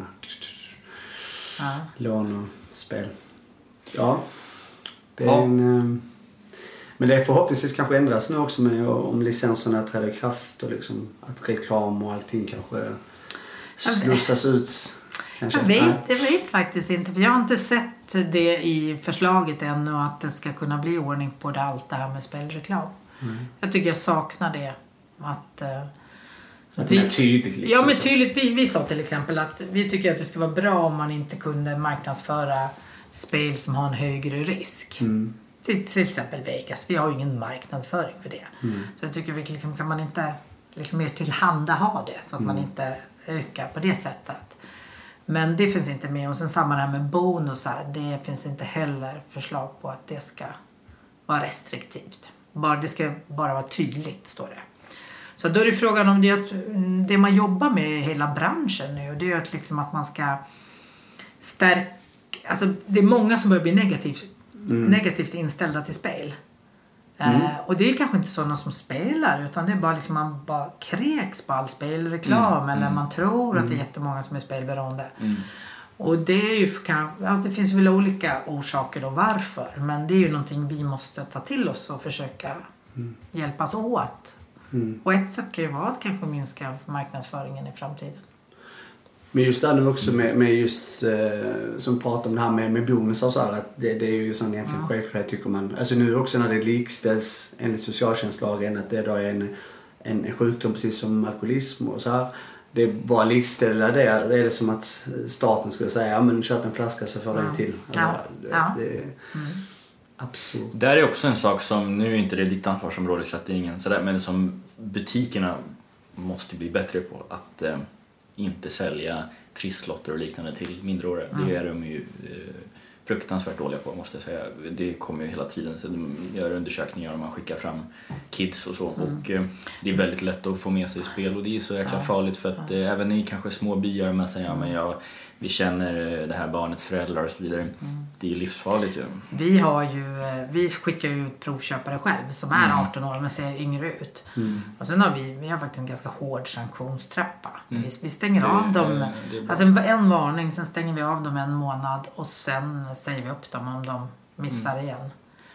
Ja. Lån och spel. Ja. Det är ja. en... Men det förhoppningsvis kanske ändras nu också med om licenserna träder i kraft och liksom att reklam och allting kanske slussas ut. Kanske. Jag vet, jag vet faktiskt inte. För jag har inte sett det i förslaget ännu att det ska kunna bli ordning på det, allt det här med spelreklam. Mm. Jag tycker jag saknar det. Att, att, att vi, det är tydligt. Liksom. Ja, men tydligt. Vi, vi sa till exempel att vi tycker att det skulle vara bra om man inte kunde marknadsföra spel som har en högre risk. Mm. Till, till exempel Vegas. Vi har ju ingen marknadsföring för det. Mm. Så jag tycker vi liksom, kan man inte liksom mer tillhanda ha det. Så att mm. man inte ökar på det sättet. Men det finns inte med. Och sen samma här med bonusar. Det finns inte heller förslag på att det ska vara restriktivt. Bara, det ska bara vara tydligt, står det. Så då är det frågan om det, att, det man jobbar med i hela branschen nu. Det är att, liksom att man ska stärka... Alltså det är många som börjar bli negativt, mm. negativt inställda till spel. Mm. Eh, och det är kanske inte sådana som spelar, utan det är bara liksom man bara kräks på all spelreklam mm. eller man tror mm. att det är jättemånga som är spelberoende. Mm. Och det är ju ja, det finns väl olika orsaker då varför, men det är ju någonting vi måste ta till oss och försöka mm. hjälpas åt. Mm. Och ett sätt kan ju vara att kanske minska marknadsföringen i framtiden. Men just det nu också med, med just eh, som pratar om det här med, med bonusar och så här, att det, det är ju sån egentligen mm. självklart tycker man. Alltså nu också när det likställs enligt socialtjänstlagen att det då är en, en sjukdom precis som alkoholism och så här. Det är bara likställa det. Det är det som att staten skulle säga ja men köp en flaska så får mm. det till. Ja. Det, ja. det är mm. absurt. Där är också en sak som, nu är inte det ditt ansvarsområde så att det är ingen sådär, men som butikerna måste bli bättre på att eh, inte sälja trisslotter och liknande till minderåriga. Mm. Det är de ju eh, fruktansvärt dåliga på, måste jag säga. Det kommer ju hela tiden, så de gör undersökningar och man skickar fram kids och så. Mm. Och eh, det är väldigt lätt att få med sig i spel och det är så jäkla ja. farligt för att eh, även i kanske små byar man säger, ja men jag, vi känner det här barnets föräldrar och så vidare. Mm. Det är livsfarligt ju. Vi har ju, vi skickar ju ut provköpare själv som är mm. arton år men ser yngre ut. Mm. Och sen har vi, vi har faktiskt en ganska hård sanktionstrappa. Mm. Vi, vi stänger det, av dem, det, det alltså en, en varning, sen stänger vi av dem en månad och sen säger vi upp dem om de missar mm. igen.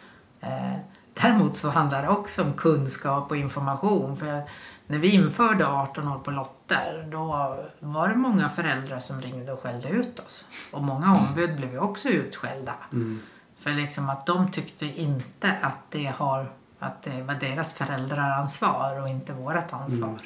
Eh, däremot så handlar det också om kunskap och information. För när vi införde arton år på lotter, då var det många föräldrar som ringde och skällde ut oss. Och många ombud blev ju också utskällda. Mm. För liksom att de tyckte inte att det, har, att det var deras föräldraransvar och inte vårt ansvar. Mm.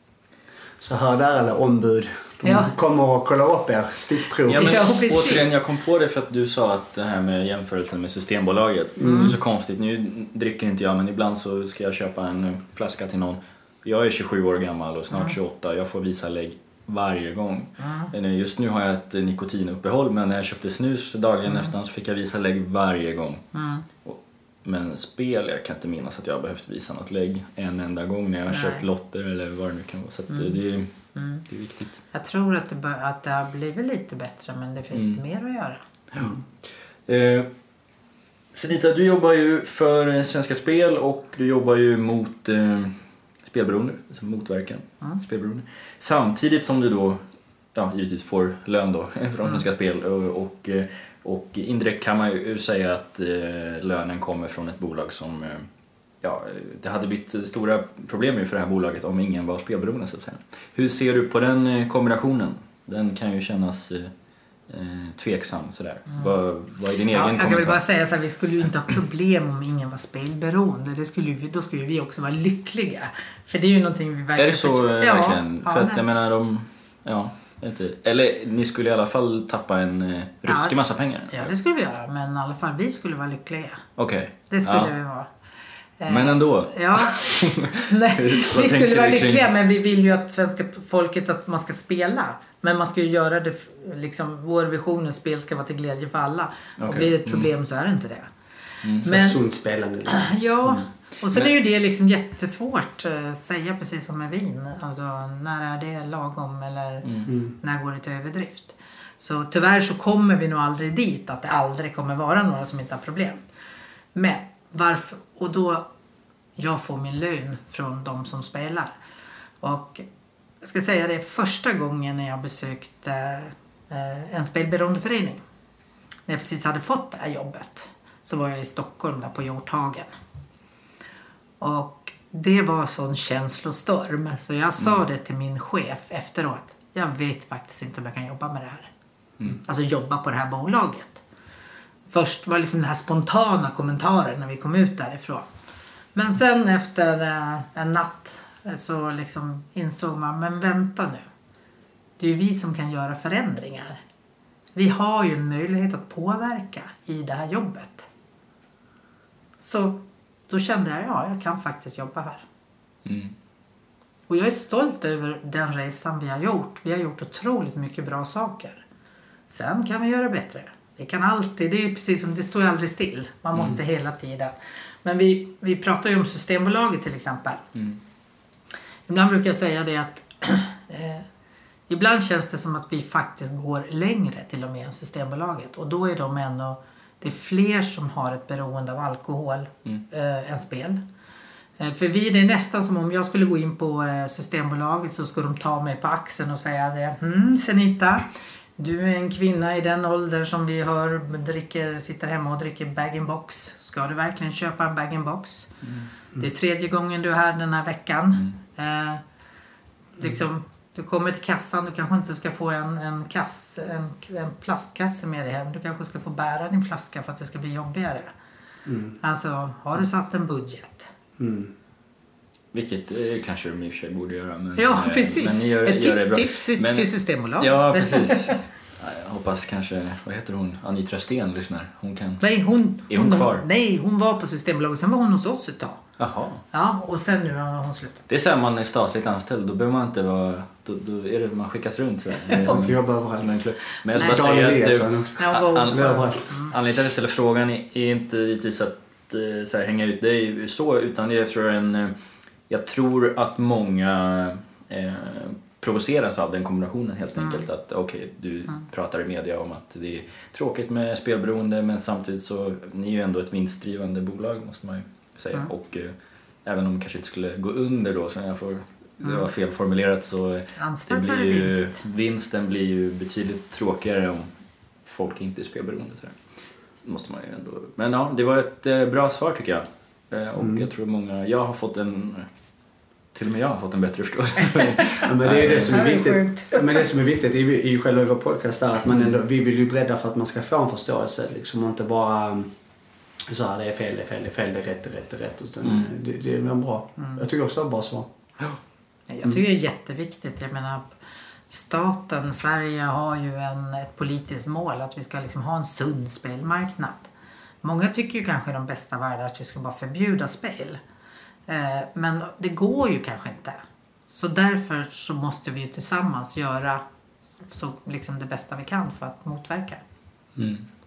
Så hör där alla ombud. De ja. kommer att kolla upp er stickprov. Ja, men, ja, återigen, jag kom på det för att du sa att det här med jämförelsen med Systembolaget. Mm. Det är så konstigt. Nu dricker inte jag, men ibland så ska jag köpa en flaska till någon. Jag är tjugosju år gammal och snart mm. tjugoåtta. Jag får visa lägg varje gång. Mm. Just nu har jag ett nikotinuppehåll, men när jag köpte snus dagen mm. efter så fick jag visa lägg varje gång. Mm. Och Men spel, jag kan inte minnas att jag har behövt visa något lägg en enda gång när jag har Nej. köpt lotter eller vad det nu kan vara. Så att Mm. det, är, Mm. det är viktigt. Jag tror att det, bör, att det har blivit lite bättre, men det finns Mm. mer att göra. Ja. Eh, Senita, du jobbar ju för Svenska Spel och du jobbar ju mot eh, spelberoende, alltså motverkan Mm. spelberoende. Samtidigt som du då ja, givetvis får lön då från Svenska Mm. Spel och, och, och indirekt kan man ju säga att eh, lönen kommer från ett bolag som eh, ja, det hade blivit stora problem ju för det här bolaget om ingen var spelberoende så att säga. Hur ser du på den eh, kombinationen? Den kan ju kännas eh, eh, tveksam sådär. Mm. Vad, vad är din Ja, egen jag kan väl kommentar? bara säga så här, vi skulle ju inte ha problem om ingen var spelberoende. Det skulle vi, då skulle vi också vara lyckliga. För det är ju någonting vi verkligen... Är det så ja, verkligen? Ja, för att nej. jag menar de... Ja, inte. Eller ni skulle i alla fall tappa en eh, ruskig Ja, massa pengar. Ja, det skulle vi göra. Men i alla fall vi skulle vara lyckliga. Okej. Okay. Det skulle Ja. vi vara. Men ändå. Ja. Nej, Vad vi tänker skulle du vara kring- lyckliga, men vi vill ju att svenska folket att man ska spela. Men man ska ju göra det, f- liksom, vår vision är spel ska vara till glädje för alla. Och Okej. blir det ett problem så är det inte det. Mm. Så Men- sunt spelande. Liksom. Ja, och sen Men- är ju det liksom jättesvårt eh, säga, precis som med vin. Alltså, när är det lagom eller Mm. när går det till överdrift? Så tyvärr så kommer vi nog aldrig dit, att det aldrig kommer vara några som inte har problem. Men varför? Och då, jag får min lön från de som spelar. Och jag ska säga det, första gången när jag besökte eh, en spelberoendeförening, när jag precis hade fått det här jobbet, så var jag i Stockholm där på Hjorthagen. Och det var sån känslostorm. Så jag sa Mm. det till min chef efteråt. Jag vet faktiskt inte om jag kan jobba med det här. Mm. Alltså jobba på det här bolaget. Först var liksom den här spontana kommentaren när vi kom ut därifrån. Men sen efter eh, en natt eh, så liksom insåg man, men vänta nu. Det är ju vi som kan göra förändringar. Vi har ju en möjlighet att påverka i det här jobbet. Så då kände jag, ja, jag kan faktiskt jobba här. Mm. Och jag är stolt över den resan vi har gjort. Vi har gjort otroligt mycket bra saker. Sen kan vi göra bättre. Vi kan alltid, det är ju precis som, det står ju aldrig still. Man måste Mm. hela tiden. Men vi, vi pratar ju om Systembolaget till exempel. Mm. Ibland brukar jag säga det att eh, ibland känns det som att vi faktiskt går längre till och med än Systembolaget. Och då är de ändå, det är fler som har ett beroende av alkohol Mm. eh, än spel. Eh, för vi, det är nästan som om jag skulle gå in på eh, Systembolaget så ska de ta mig på axeln och säga det. Mm, Senita, du är en kvinna i den ålder som vi hör dricker, sitter hemma och dricker bag-in-box. Ska du verkligen köpa en bag-in-box? Mm. Det är tredje gången du är här den här veckan. Mm. Eh, liksom, du kommer till kassan, du kanske inte ska få en, en, kass, en, en plastkasse med dig hem. Du kanske ska få bära din flaska för att det ska bli jobbigare. Mm. Alltså, har du satt en budget? Mm. Vilket eh, kanske de i och för sig borde göra. Men, Ja, eh, precis. Men ni gör, Ett gör det tip, bra. tips till Men- till Systembolaget. Ja, precis. Ja, jag hoppas kanske, vad heter hon? Anitra Sten lyssnar. Hon kan... Nej, hon, Är hon kvar? Nej, hon var på Systembolaget. Sen var hon hos oss ett tag. Jaha. Ja, och sen nu har hon slutat. Det är så här man är statligt anställd. Då behöver man inte vara... Då, då är det man skickas runt så här. Det är som Och en- jobba som en överallt. klubb. Men jag ska Nej. bara Daniel säga att... Eliasson eh, också. Ja, var an- hon- Överallt. Anledningen till att jag ställer frågan är inte givetvis att eh, så här, hänga ut dig så, utan det är för en... eh, Jag tror att många eh, provoceras av den kombinationen helt Mm. enkelt. Att okej, du Mm. pratar i media om att det är tråkigt med spelberoende, men samtidigt så ni är ju ändå ett vinstdrivande bolag måste man ju säga. Mm. Och eh, även om det kanske inte skulle gå under då, så jag får, det Mm. var felformulerat, så det Ansvar för blir ju, vinst. vinsten blir ju betydligt tråkigare om folk inte är spelberoende. Så här. Måste man ju ändå. Men ja, det var ett eh, bra svar tycker jag. Eh, och Mm. jag tror många, jag har fått en, till och med jag har fått en bättre förståelse. Ja, men det är det som är Det här är viktigt. sjukt. Men det som är viktigt i, i själva vår podcast är att man ändå, vi vill ju bredda för att man ska få en förståelse liksom, och inte bara så här, det är fel, det är fel, det är fel, det är rätt, det är rätt, det är rätt. Utan Mm. det, det är en bra. Mm. Jag tycker också det var ett bra svar. Jag tycker det är jätteviktigt. Jag menar, staten, Sverige har ju en, ett politiskt mål att vi ska liksom ha en sund spelmarknad. Många tycker ju kanske i de bästa världar att vi ska bara förbjuda spel. Eh, men det går ju kanske inte. Så därför så måste vi ju tillsammans göra så, liksom det bästa vi kan för att motverka. Mm.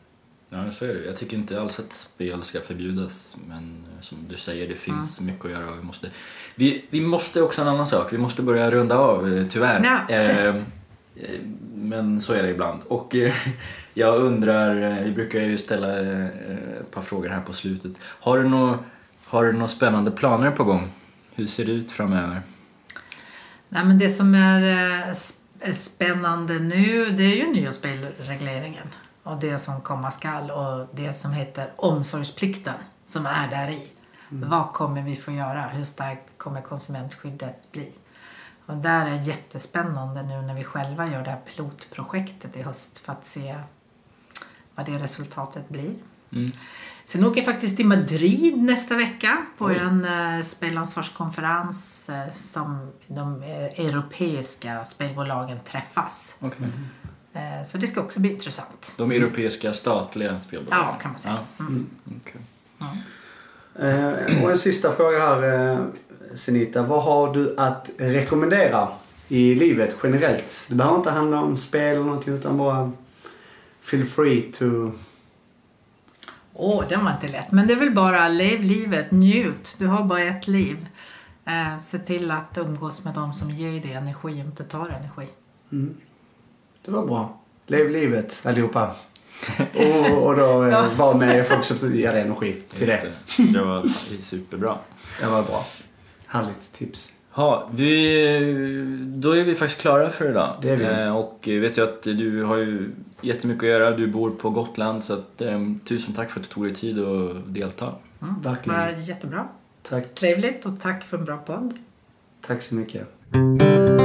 Ja, så är det. Jag tycker inte alls att spel ska förbjudas, men som du säger, det finns mm. mycket att göra. Vi måste, vi, vi måste också en annan sak. Vi måste börja runda av, tyvärr. Ja. Eh, men så är det ibland. Och eh, jag undrar, vi brukar ju ställa eh, ett par frågor här på slutet. Har du några har du några spännande planer på gång? Hur ser det ut framöver? Nej, men det som är eh, spännande nu, det är ju nya spelregleringen. Och det som komma skall och det som heter omsorgsplikten som är där i. Mm. Vad kommer vi få göra? Hur starkt kommer konsumentskyddet bli? Och där är jättespännande nu när vi själva gör det här pilotprojektet i höst för att se vad det resultatet blir. Mm. Sen åker jag faktiskt till Madrid nästa vecka på Oj. en uh, spelansvarskonferens uh, som de uh, europeiska spelbolagen träffas. Okay. Uh, så det ska också bli intressant. De europeiska statliga spelbolagen? Ja, kan man säga. Ja. Mm. Okay. Ja. Uh, och en sista fråga här, uh, Zenita. Vad har du att rekommendera i livet generellt? Det behöver inte handla om spel eller någonting utan bara feel free to... Åh, oh, det var inte lätt. Men det är väl bara lev livet, njut. Du har bara ett liv. Eh, se till att umgås med dem som ger dig energi och inte tar energi. Mm. Det var bra. Lev livet allihopa. och, och då eh, ja. var med folk som ger dig energi till det. det. Det var superbra. Det var bra. Härligt tips. Ja, vi, då är vi faktiskt klara för idag. Det är vi. Eh, och vet jag att du har ju jättemycket att göra. Du bor på Gotland så att, eh, tusen tack för att du tog dig tid att delta. Mm, verkligen. Det var jättebra. Tack. Trevligt och tack för en bra podd. Tack så mycket.